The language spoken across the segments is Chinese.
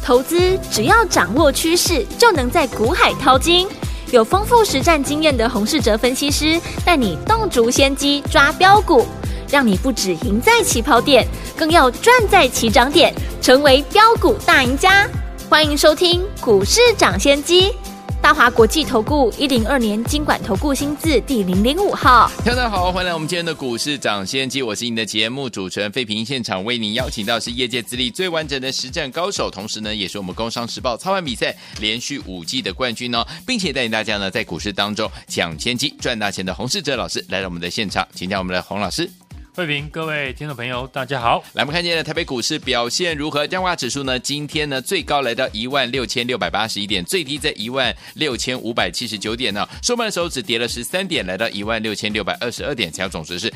投资只要掌握趋势，就能在股海淘金。有丰富实战经验的洪士哲分析师带你洞烛先机抓标股，让你不只赢在起跑点，更要赚在起涨点，成为标股大赢家。欢迎收听股市涨先机，大华国际投顾102年金管投顾新字第005号。 大家好，欢迎来我们今天的股市涨先机，我是你的节目主持人费平。现场为您邀请到是业界资历最完整的实战高手，同时呢也是我们工商时报操盘比赛连续5季的冠军哦，并且带领大家呢在股市当中抢先机赚大钱的洪士哲老师来到我们的现场，请教我们的洪老师。 慧平，各位听众朋友大家好。 来，我们看今天的台北股市表现如何？加权指数呢今天呢最高来到16681点，最低在16579点呢，收盘的时候只跌了13点，来到16622点，成交总值是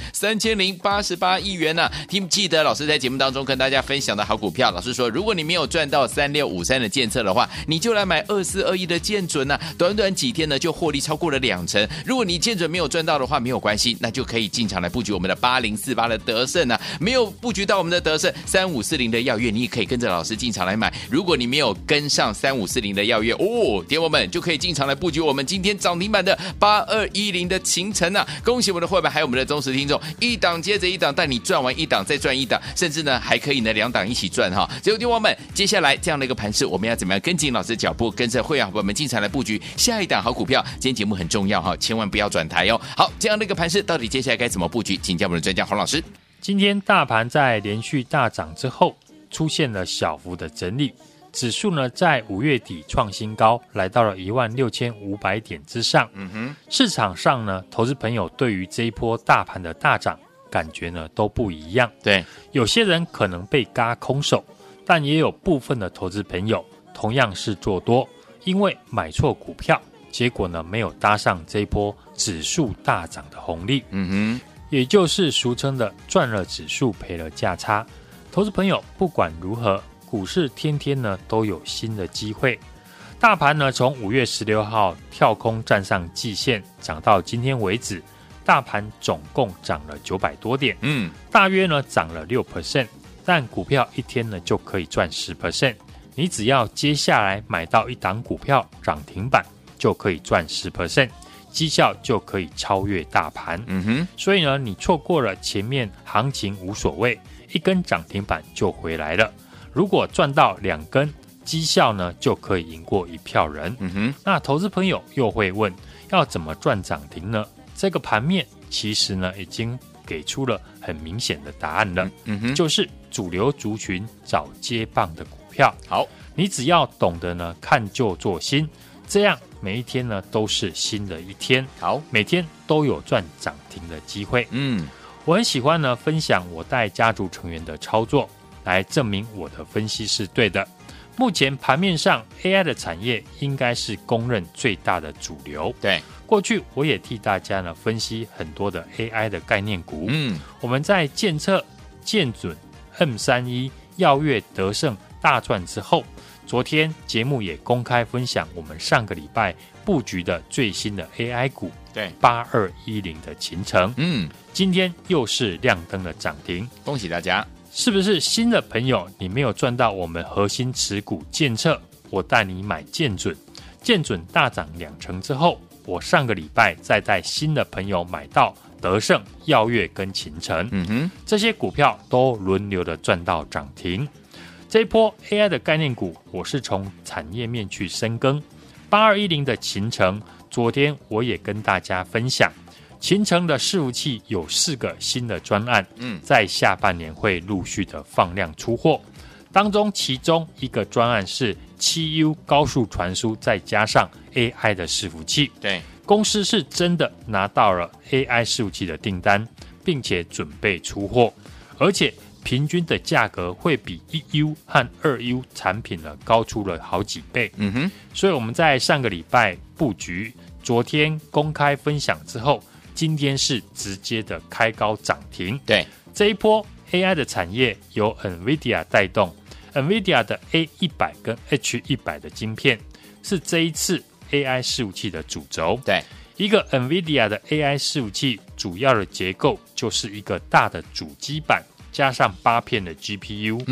3088亿元呢。记得老师在节目当中跟大家分享的好股票，老师说如果你没有赚到3653的建策的话，你就来买2421的建准啊，短短几天呢就获利超过了20%。如果你建准没有赚到的话，没有关系，那就可以进场来布局我们的8048的德胜啊，没有布局到我们的德胜3540的耀月，你也可以跟着老师进场来买。如果你没有跟上3540的耀月哦，点我们就可以进场来布局我们今天涨停板的8210的勤诚啊！恭喜我们的会员还有我们的忠实听众，一档接着一档带你赚完一档再赚一档，甚至呢还可以呢2档一起赚哈！所以听我们接下来这样的一个盘势，我们要怎么样跟紧老师的脚步，跟着会员伙伴们进场来布局下一档好股票？今天节目很重要哈，千万不要转台哦！好，这样的一个盘势到底接下来该怎么布局？请教我们的专家洪老师。 今天大盘在连续大涨之后，出现了小幅的整理，指数呢在5月底创新高，来到了16500点之上。市场上呢，投资朋友对于这一波大盘的大涨，感觉呢都不一样。 对， 有些人可能被軋空手，但也有部分的投资朋友同样是做多，因为买错股票，结果呢没有搭上这一波指数大涨的红利。也就是俗称的赚了指数赔了价差。投资朋友不管如何，股市天天呢都有新的机会。大盘呢从5月16号跳空站上季线，涨到今天为止，大盘总共涨了900多点，大约呢涨了6%，但股票一天呢就可以赚10%。你只要接下来买到一档股票涨停板，就可以赚10%。绩效就可以超越大盘。所以呢，你错过了前面行情无所谓，一根涨停板就回来了。如果赚到2根，绩效呢就可以赢过一票人。那投资朋友又会问，要怎么赚涨停呢？这个盘面其实呢已经给出了很明显的答案了，就是主流族群找接棒的股票。好，你只要懂得呢看旧做新，这样每一天呢都是新的一天，好，每天都有赚涨停的机会。我很喜欢呢分享我带家族成员的操作，来证明我的分析是对的。目前盘面上 AI 的产业应该是公认最大的主流。对，过去我也替大家呢分析很多的 AI 的概念股。我们在建策、建准、M31、耀月、德胜大赚之后，昨天节目也公开分享我们上个礼拜布局的最新的 AI 股，对，8210的勤诚，今天又是亮灯的涨停， 恭喜大家！ 是不是新的朋友你没有赚到我们核心持股建策？我带你买建准，建准大涨2成之后，我上个礼拜再带新的朋友买到德胜、耀月跟勤诚，这些股票都轮流的赚到涨停。这一波 AI 的概念股，我是从产业面去深耕。8210的勤诚，昨天我也跟大家分享，勤诚的伺服器有4个新的专案，在下半年会陆续的放量出货。当中其中一个专案是 7U 高速传输，再加上 AI 的伺服器。对，公司是真的拿到了 AI 伺服器的订单，并且准备出货，而且平均的价格会比 1U 和 2U 产品呢高出了好几倍。所以我们在上个礼拜布局，昨天公开分享之后，今天是直接的开高涨停。对，这一波 AI 的产业由 NVIDIA 带动， NVIDIA 的 A100 跟 H100 的晶片是这一次 AI 伺服器的主轴。对，一个 NVIDIA 的 AI 伺服器主要的结构就是一个大的主机板加上8片的 GPU，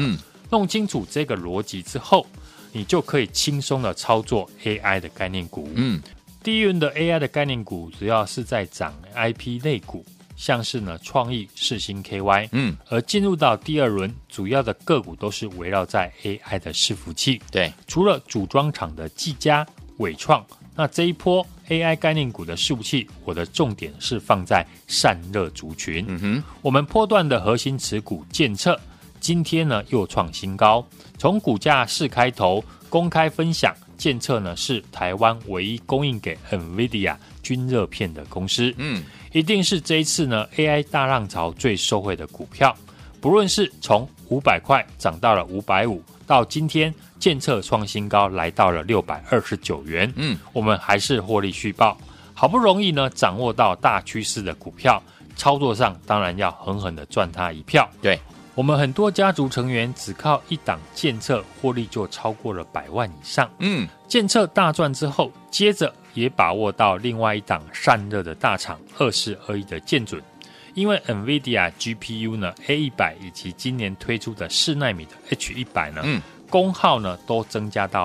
弄清楚这个逻辑之后，你就可以轻松的操作 AI 的概念股。第一轮的 AI 的概念股主要是在涨 IP 类股，像是呢创意、世芯 KY。而进入到第二轮，主要的个股都是围绕在 AI 的伺服器。 对， 除了组装厂的技嘉、伟创，那这一波 AI 概念股的伺服器，我的重点是放在散热族群。我们波段的核心持股建测，今天呢又创新高，从股价4开头公开分享，建测呢是台湾唯一供应给 NVIDIA 均热片的公司。一定是这一次呢 AI 大浪潮最受惠的股票。不论是从500块涨到了550，到今天建测创新高来到了629元。我们还是获利续报。好不容易呢掌握到大趋势的股票，操作上当然要狠狠的赚它一票。 对， 我们很多家族成员只靠一档建测获利就超过了100万以上。建测大赚之后，接着也把握到另外一档散热的大厂2421的建准。因为 NVIDIA GPU 呢 A100 以及今年推出的4奈米的 H100 呢，功耗呢都增加到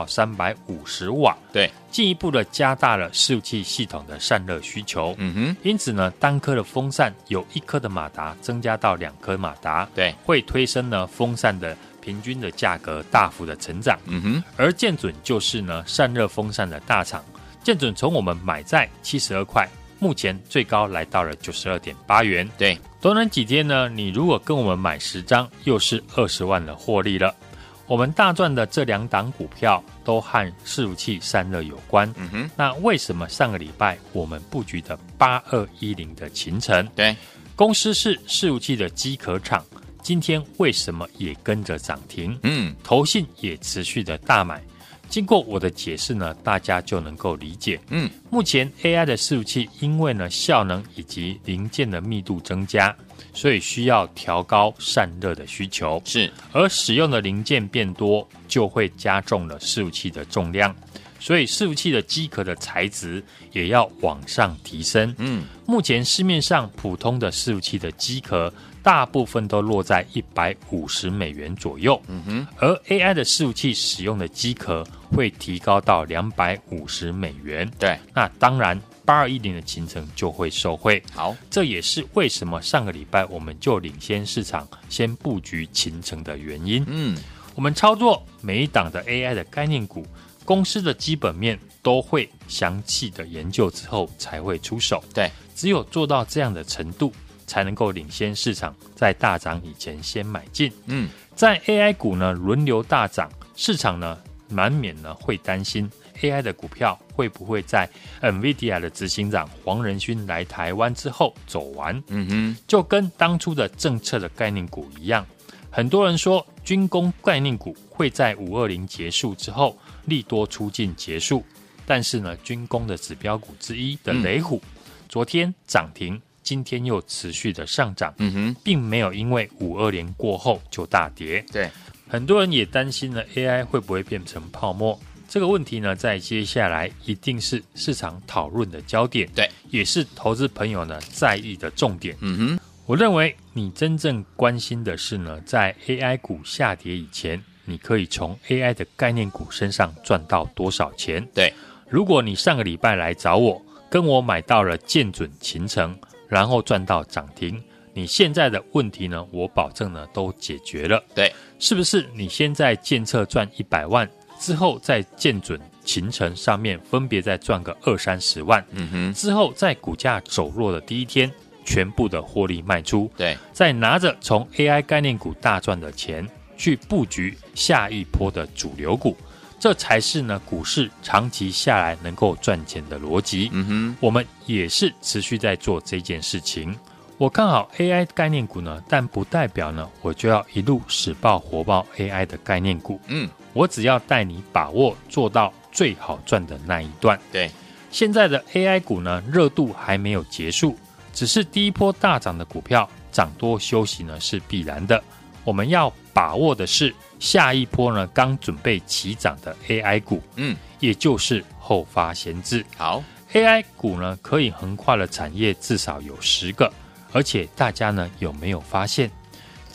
350瓦， 对， 进一步的加大了伺服器系统的散热需求。因此呢，单颗的风扇由1颗的马达增加到2颗马达， 对， 会推升呢风扇的平均的价格大幅的成长。而建准就是呢散热风扇的大厂，建准从我们买在72块。目前最高来到了 92.8 元。 对， 短短几天呢，你如果跟我们买10张，又是20万的获利了。我们大赚的这2档股票都和伺服器散热有关。那为什么上个礼拜我们布局的8210的勤诚， 对， 公司是伺服器的机壳厂，今天为什么也跟着涨停？投信也持续的大买。经过我的解释呢，大家就能够理解。目前 AI 的伺服器因为呢效能以及零件的密度增加，所以需要调高散热的需求。 是， 而使用的零件变多，就会加重了伺服器的重量，所以伺服器的机壳的材质也要往上提升。目前市面上普通的伺服器的机壳大部分都落在150美元左右，而 AI 的伺服器使用的机壳会提高到250美元。 对， 那当然8210的勤诚就会受惠。 好， 这也是为什么上个礼拜我们就领先市场，先布局勤诚的原因。我们操作每一档的 AI 的概念股，公司的基本面都会详细的研究之后才会出手。 对， 只有做到这样的程度，才能够领先市场，在大涨以前先买进。在 AI 股呢轮流大涨，市场呢难免呢会担心 AI 的股票会不会在 NVIDIA 的执行长黄仁勋来台湾之后走完。就跟当初的政策的概念股一样，很多人说军工概念股会在520结束之后利多出尽结束，但是呢军工的指标股之一的雷虎，昨天涨停，今天又持续的上涨，并没有因为520过后就大跌。 对， 很多人也担心了 AI 会不会变成泡沫，这个问题呢在接下来一定是市场讨论的焦点， 对， 也是投资朋友呢在意的重点。我认为你真正关心的是呢，在 AI 股下跌以前，你可以从 AI 的概念股身上赚到多少钱。 对， 如果你上个礼拜来找我，跟我买到了建准勤诚，然后赚到涨停，你现在的问题呢，我保证呢都解决了。 对， 是不是你先在建测赚100万，之后在建准勤诚上面分别再赚个20-30万，之后在股价走弱的第一天全部的获利卖出， 对， 再拿着从 AI 概念股大赚的钱去布局下一波的主流股，这才是呢股市长期下来能够赚钱的逻辑。我们也是持续在做这件事情。我看好 AI 概念股呢，但不代表呢我就要一路死抱活抱 AI 的概念股。我只要带你把握做到最好赚的那一段。 对， 现在的 AI 股呢热度还没有结束，只是第一波大涨的股票涨多休息呢是必然的。我们要把握的是下一波呢刚准备起涨的 AI 股，也就是后发先至。 好， AI 股呢可以横跨的产业至少有10个，而且大家呢有没有发现，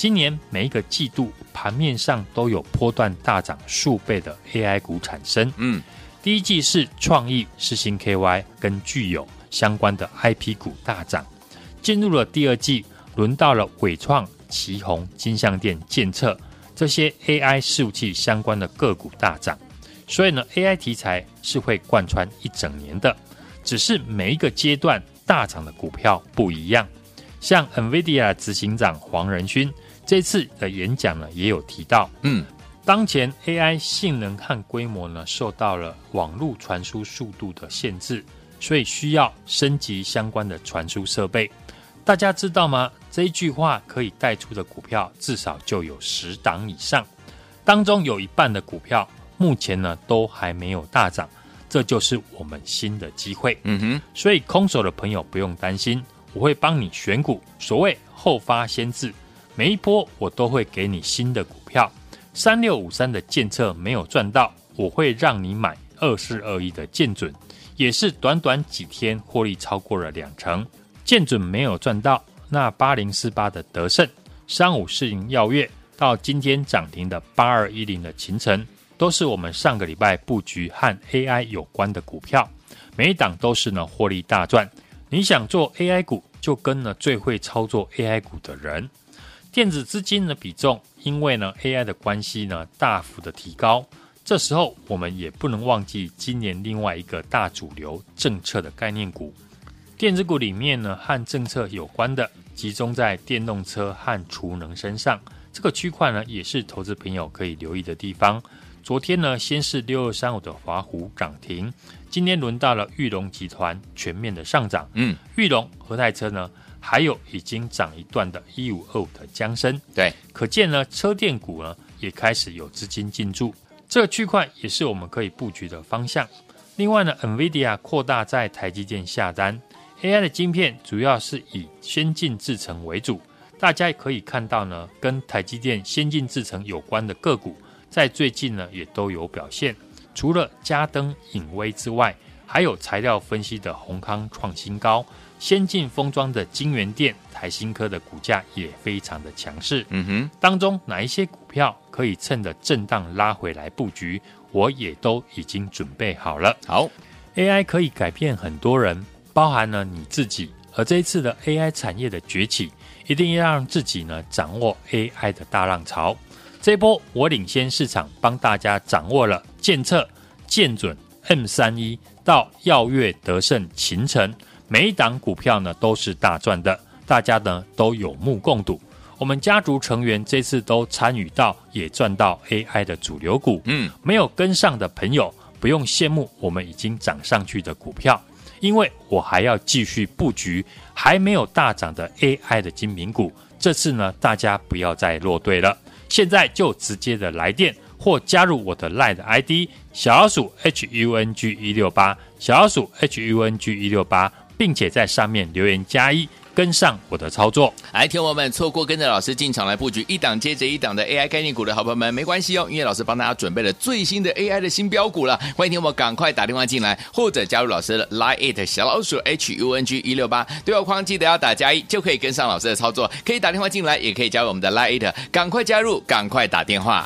今年每一个季度盘面上都有波段大涨数倍的 AI 股产生。第一季是创意、世芯 KY 跟具有相关的 IP 股大涨，进入了第二季，轮到了伟创、奇宏、金像电、建策这些 AI 伺服器相关的个股大涨。所以呢 AI 题材是会贯穿一整年的，只是每一个阶段大涨的股票不一样。像 NVIDIA 执行长黄仁勋这次的演讲呢也有提到，当前 AI 性能和规模呢受到了网络传输速度的限制，所以需要升级相关的传输设备。大家知道吗？这一句话可以带出的股票至少就有10档以上，当中有一半的股票目前呢都还没有大涨，这就是我们新的机会。所以空手的朋友不用担心，我会帮你选股，所谓后发先至，每一波我都会给你新的股票。3653的建策没有赚到，我会让你买2421的建准，也是短短几天获利超过了2成。建准没有赚到，那8048的德胜、3540耀月到今天涨停的8210的勤诚，都是我们上个礼拜布局和 AI 有关的股票，每一档都是呢获利大赚。你想做 AI 股，就跟呢最会操作 AI 股的人。电子资金的比重因为呢 AI 的关系呢大幅的提高，这时候我们也不能忘记今年另外一个大主流政策的概念股。电子股里面呢和政策有关的集中在电动车和储能身上，这个区块呢也是投资朋友可以留意的地方。昨天呢先是6235的华湖涨停，今天轮到了裕隆集团全面的上涨。裕隆和泰车呢还有已经涨一段的1525的江森，对，可见呢车电股呢也开始有资金进驻，这个区块也是我们可以布局的方向。另外呢 NVIDIA 扩大在台积电下单， AI 的晶片主要是以先进制程为主，大家可以看到呢跟台积电先进制程有关的个股在最近呢也都有表现，除了嘉登、颖威之外，还有材料分析的宏康创新高，先进封装的晶圆店台新科的股价也非常的强势。当中哪一些股票可以趁着震荡拉回来布局，我也都已经准备好了。好， AI 可以改变很多人，包含了你自己，而这一次的 AI 产业的崛起，一定要让自己呢掌握 AI 的大浪潮。这一波我领先市场，帮大家掌握了建策、建准、M31到耀月、德胜、勤诚，每一档股票呢都是大赚的，大家呢都有目共睹。我们家族成员这次都参与到，也赚到 AI 的主流股。没有跟上的朋友不用羡慕我们已经涨上去的股票，因为我还要继续布局还没有大涨的 AI 的精品股。这次呢大家不要再落队了，现在就直接的来电或加入我的 LINE 的 ID 小老鼠 HUNG168 小老鼠 HUNG168， 并且在上面留言加1，跟上我的操作。 来，听我们错过跟着老师进场来布局一档接着一档的 AI 概念股的好朋友们，没关系哦，因为老师帮大家准备了最新的 AI 的新标股了。欢迎听我们赶快打电话进来，或者加入老师的 Line@ 小老鼠 HUNG168， 对话框记得要打加1，就可以跟上老师的操作。可以打电话进来，也可以加入我们的 Line@， 赶快加入，赶快打电话。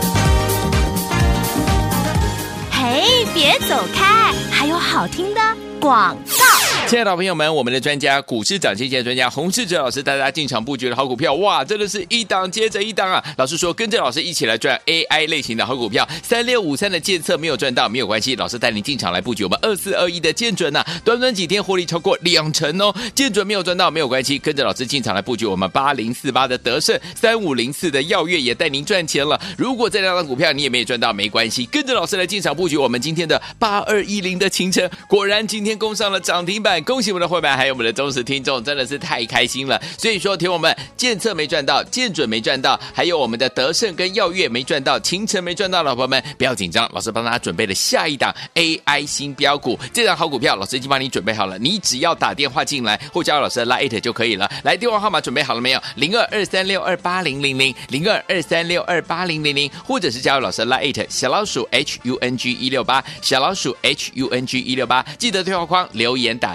嘿，别走开，还有好听的广告。 亲爱的好朋友们，我们的专家股市涨跌的专家洪士哲老师带大家进场布局的好股票，哇，真的是一档接着一档啊！老师说跟着老师一起来赚 AI 类型的好股票，3653的建策没有赚到没有关系，老师带您进场来布局我们2421的建准啊，短短几天获利超过2成哦。建准没有赚到没有关系，跟着老师进场来布局我们8048的德胜，3504的耀月也带您赚钱了。如果这两档股票你也没有赚到没关系，跟着老师来进场布局我们今天的8210的勤诚，果然今天攻上了涨停板。恭喜我们的会员还有我们的忠实听众，真的是太开心了。所以说听我们建策没赚到，建准没赚到，还有我们的德胜跟耀月没赚到，勤诚没赚到，老朋友们不要紧张，老师帮大家准备了下一档 AI 新标股，这档好股票老师已经帮你准备好了，你只要打电话进来或加入老师的 Line@ 就可以了。来，电话号码准备好了没有？0223628000 0223628000，或者是加入老师的 Line@ 小老鼠 HUNG168 小老鼠 HUNG168，记得对话框留言打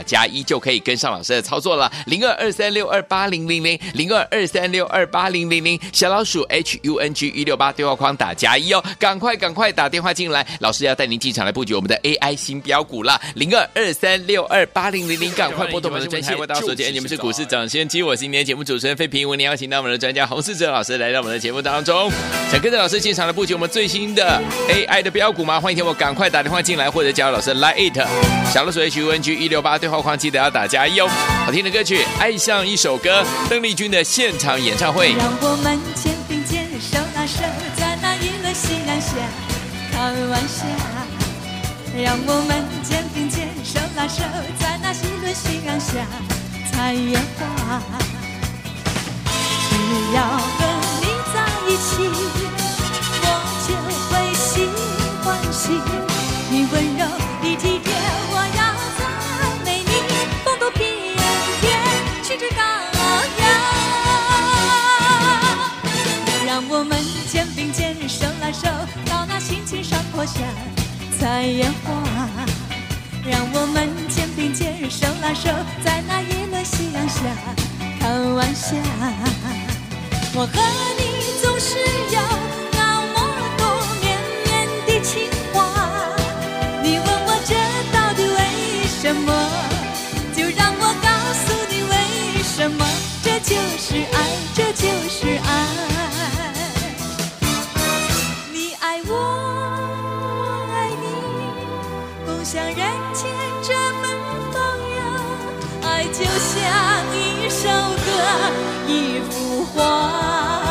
加1就可以跟上老师的操作了。0223628000，0223628000，小老鼠 HUNG168对话框打加1哦，赶快打电话进来，老师要带您进场来布局我们的 AI 新标股啦。0223628000，赶快拨通我们的专线。大家所见，你们是股市抢先机，我是今天节目主持人费平，为您邀请到我们的专家洪士哲老师来到我们的节目当中。想跟着老师进场来布局我们最新的 AI 的标股吗？欢迎听我赶快打电话进来，或者加入老师 Line it 小老鼠 HUNG168对话框记得要打加1哦。好听的歌曲《爱上一首歌》，邓丽君的现场演唱会。 让我们肩并肩，手拉手，在那一轮夕阳下看晚霞。让我们肩并肩，手拉手，在那一轮夕阳下采烟花。只要和你在一起，我就会心欢喜。你温柔，你体贴，我要赞美你，风度翩翩，气质高雅。让我们肩并肩，手拉手，到那青青山坡下采烟花。让我们肩并肩，手拉手，在那一轮夕阳下看晚霞。我和你总是有那么多绵绵的情话，你问我这到底为什么，就让我告诉你为什么，这就是爱，这就是爱。你爱我，我爱你，共享人间这份风雅，爱就像一首歌，一幅画。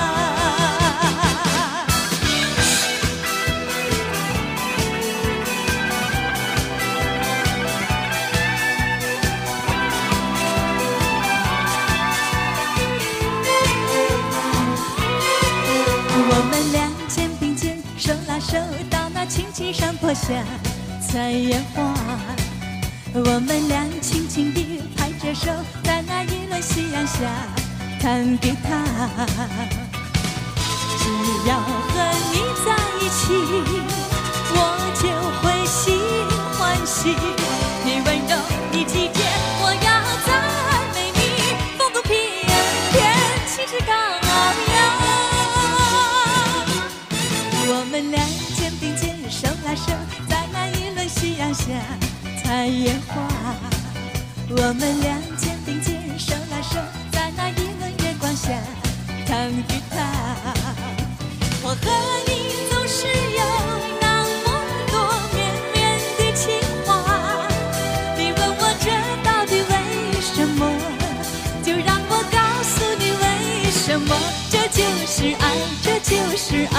我们俩肩并肩，手拉手，到那青青山坡下采烟花。我们俩轻轻地拍着手，在那一轮夕阳下弹吉他。只要和你在一起，我就会心欢喜。你温柔，你体贴，我要赞美你，风度翩翩，气质高雅。我们俩肩并肩，手拉手，在那一轮夕阳下采烟花。我们俩肩并肩，手拉手，在那一轮月光下弹吉他。我和你总是有那么多绵绵的情话，你问我这到底为什么，就让我告诉你为什么，这就是爱，这就是爱。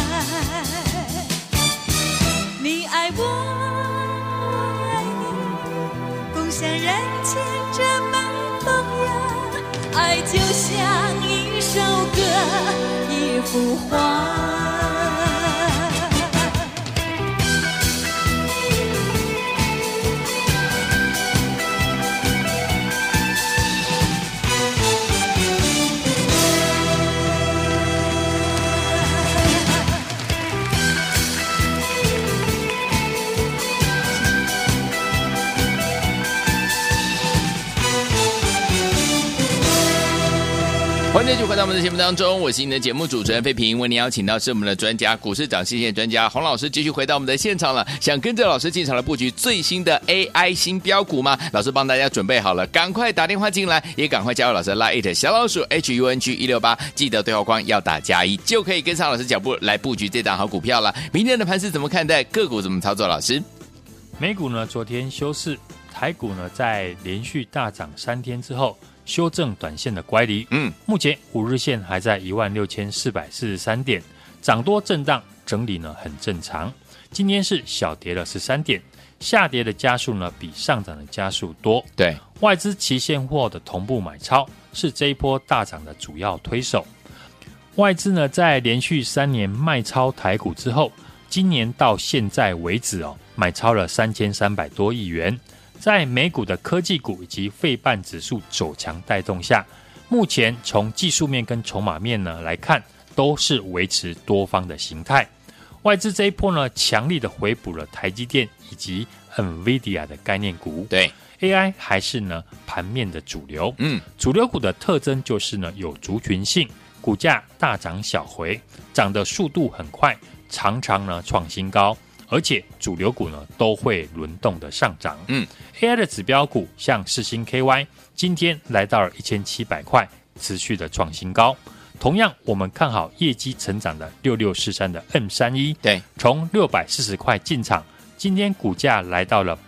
你爱我，我爱你，共享人间这份风雅，爱就像一首歌，一幅画。 欢迎继续回到我们的节目当中，我是你的节目主持人费平，为您邀请到是我们的专家股市涨谢谢专家洪老师，继续回到我们的现场了。想跟着老师进场来布局最新的 AI 新标股吗？老师帮大家准备好了，赶快打电话进来，也赶快加入老师的 Line 小老鼠 HUNG168，记得对话框要打加1，就可以跟上老师脚步来布局这档好股票了。明天的盘势怎么看待？个股怎么操作？老师， 美股呢昨天休市，台股呢在连续大涨3天之后修正短线的乖离，目前5日线还在16443点，涨多震荡整理呢很正常。今天是小跌了13点，下跌的家数呢比上涨的家数多。 对， 外资期现货的同步买超是这一波大涨的主要推手。外资呢在连续3年卖超台股之后，今年到现在为止买超了3300多亿元。在美股的科技股以及费半指数走强带动下，目前从技术面跟筹码面呢来看，都是维持多方的形态。 外资这一波呢，强力的回补了台积电以及 NVIDIA 的概念股。 对 AI 还是呢盘面的主流。主流股的特征就是呢有族群性，股价大涨小回，涨的速度很快，常常呢创新高，而且主流股呢都会轮动的上涨。AI 的指标股像世芯 KY 今天来到了1700块，持续的创新高。同样，我们看好业绩成长的6643的 M31， 对，从640块进场，今天股价来到了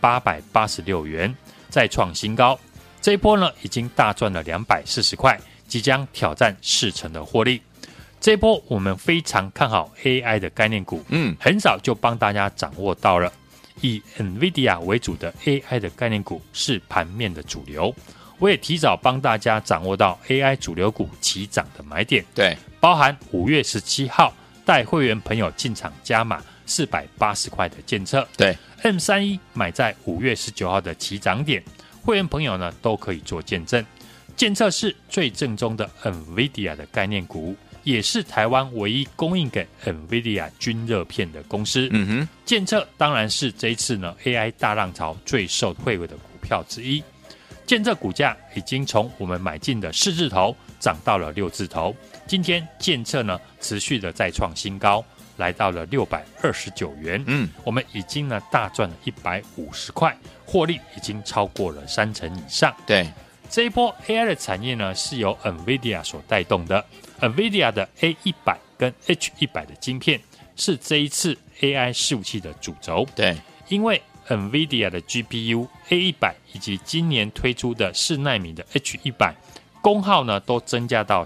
886元，再创新高。这一波呢，已经大赚了240块，即将挑战40%的获利。这一波我们非常看好 AI 的概念股，很早就帮大家掌握到了。以 NVIDIA 为主的 AI 的概念股是盘面的主流。我也提早帮大家掌握到 AI 主流股起涨的买点，对，包含5月17号带会员朋友进场加码480块的建测，对 M31 买在5月19号的起涨点，会员朋友呢都可以做见证。建测是最正宗的 NVIDIA 的概念股，也是台湾唯一供应给 NVIDIA 均热片的公司。建测当然是这一次呢 AI 大浪潮最受惠的股票之一。建测股价已经从我们买进的4字头涨到了6字头，今天建测呢持续的再创新高，来到了629元。我们已经呢大赚了150块，获利已经超过了30%以上。对，这一波 AI 的产业呢是由 NVIDIA 所带动的。NVIDIA 的 A100 跟 H100 的晶片是这一次 AI 伺服器的主轴。对，因为NVIDIA 的 GPU A100 以及今年推出的4奈米的 H100 功耗呢都增加到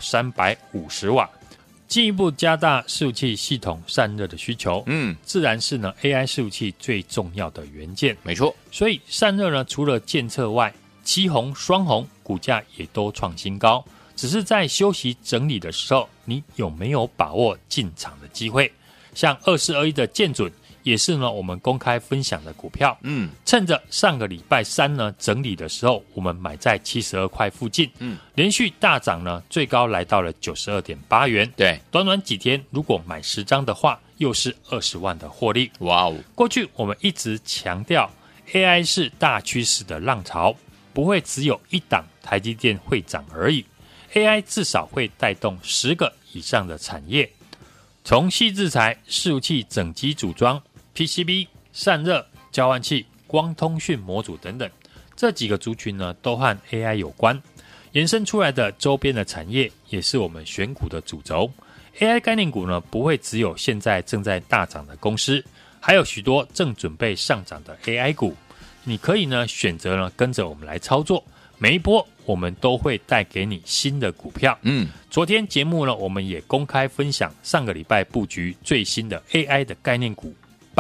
350瓦，进一步加大伺服器系统散热的需求。自然是呢 AI 伺服器最重要的元件。没错，所以散热呢除了建测外，七红双红股价也都创新高，只是在休息整理的时候，你有没有把握进场的机会？像2421的建准也是呢我们公开分享的股票。趁着上个礼拜三呢整理的时候，我们买在72块附近，连续大涨呢，最高来到了 92.8 元。对，短短几天如果买10张的话，又是20万的获利。哇哦！过去我们一直强调 AI 是大趋势的浪潮，不会只有一档台积电会涨而已， AI 至少会带动10个以上的产业，从矽智财、伺服器整机组装、PCB、散热、交换器、光通讯模组等等，这几个族群呢都和 AI 有关，延伸出来的周边的产业也是我们选股的主轴。AI 概念股呢不会只有现在正在大涨的公司，还有许多正准备上涨的 AI 股，你可以呢选择呢跟着我们来操作，每一波我们都会带给你新的股票。昨天节目呢我们也公开分享上个礼拜布局最新的 AI 的概念股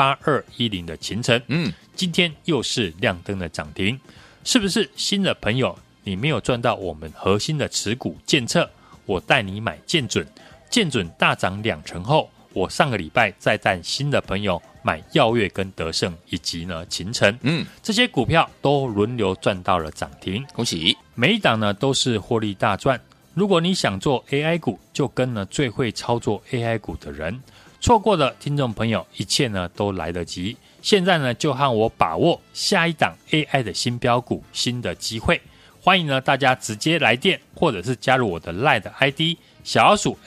8210的勤诚，今天又是亮灯的涨停，是不是新的朋友你没有赚到我们核心的持股建测，我带你买建准，建准大涨2成后，我上个礼拜再带新的朋友买耀月跟德胜以及呢勤诚，这些股票都轮流赚到了涨停，恭喜！每一档呢都是获利大赚。如果你想做 AI 股，就跟呢最会操作 AI 股的人。错过的听众朋友，一切呢都来得及。现在呢就和我把握下一档 AI 的新标股，新的机会。欢迎呢大家直接来电，或者是加入我的 LINE 的 ID 小老鼠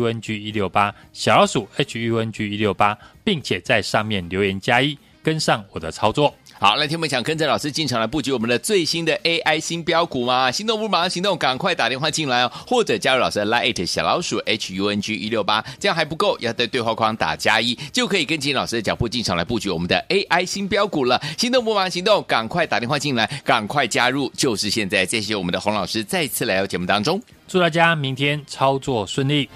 HUNG168 小老鼠 HUNG168， 并且在上面留言加1，跟上我的操作。 好，那听我们想跟着老师进场来布局我们的最新的 AI 新标股吗？心动不马上行动，赶快打电话进来哦，或者加入老师的 LINE 小老鼠 HUNG168， 这样还不够，要在对话框打+1，就可以跟紧老师的脚步进场来布局我们的 AI 新标股了。心动不马上行动，赶快打电话进来，赶快加入，就是现在！谢谢我们的洪老师再次来到节目当中， 祝大家明天操作顺利。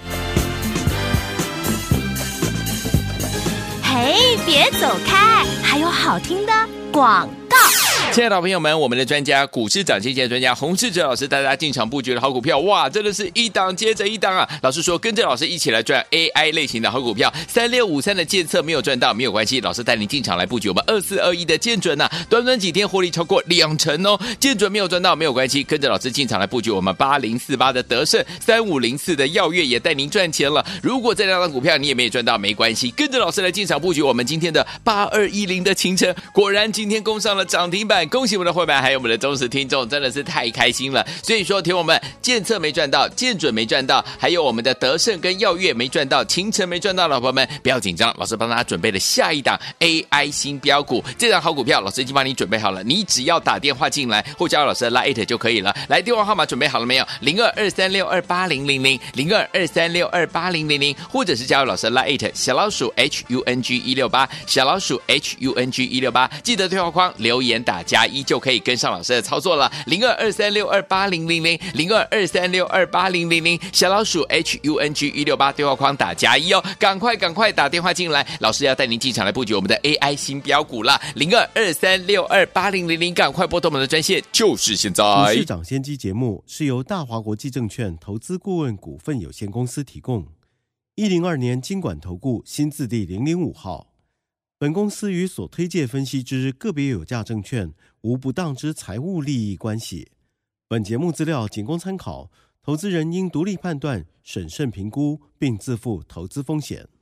嘿，别走开，还有好听的广告。 亲爱的朋友们，我们的专家股市涨跌线专家洪士哲老师带大家进场布局的好股票，哇，真的是一档接着一档啊！老师说跟着老师一起来赚 AI 类型的好股票，3653的建测没有赚到没有关系，老师带您进场来布局我们2421的建准啊，短短几天获利超过20%哦，建准没有赚到没有关系，跟着老师进场来布局我们8048的德胜，3504的耀月也带您赚钱了。如果这两档股票你也没有赚到没关系，跟着老师来进场布局我们今天的8210的勤诚，果然今天攻上了涨停板，恭喜我们的会员还有我们的忠实听众，真的是太开心了。所以说听我们建测没赚到，建准没赚到，还有我们的德胜跟耀月没赚到，勤诚没赚到，老婆们不要紧张，老师帮大家准备了下一档 AI 新标股，这档好股票老师已经帮你准备好了，你只要打电话进来或加入老师的 LINE 就可以了。来，电话号码准备好了没有？0223628000 0223628000，或者是加入老师的 LINE 小老鼠 HUNG168 小老鼠 HUNG168，记得对话框留言打+1就可以跟上老师的操作了。0223628000 0223628000小老鼠 HUNG168 对话框打+1哦，赶快打电话进来，老师要带您进场来布局我们的 AI 新标股啦。0223628000，赶快拨通我们的专线，就是现在。 股市涨先机节目是由大华国际证券投资顾问股份有限公司提供，102年金管投顾新字第005号。本公司与所推介分析之个别有价证券无不当之财务利益关系。本节目资料仅供参考，投资人应独立判断、审慎评估，并自负投资风险。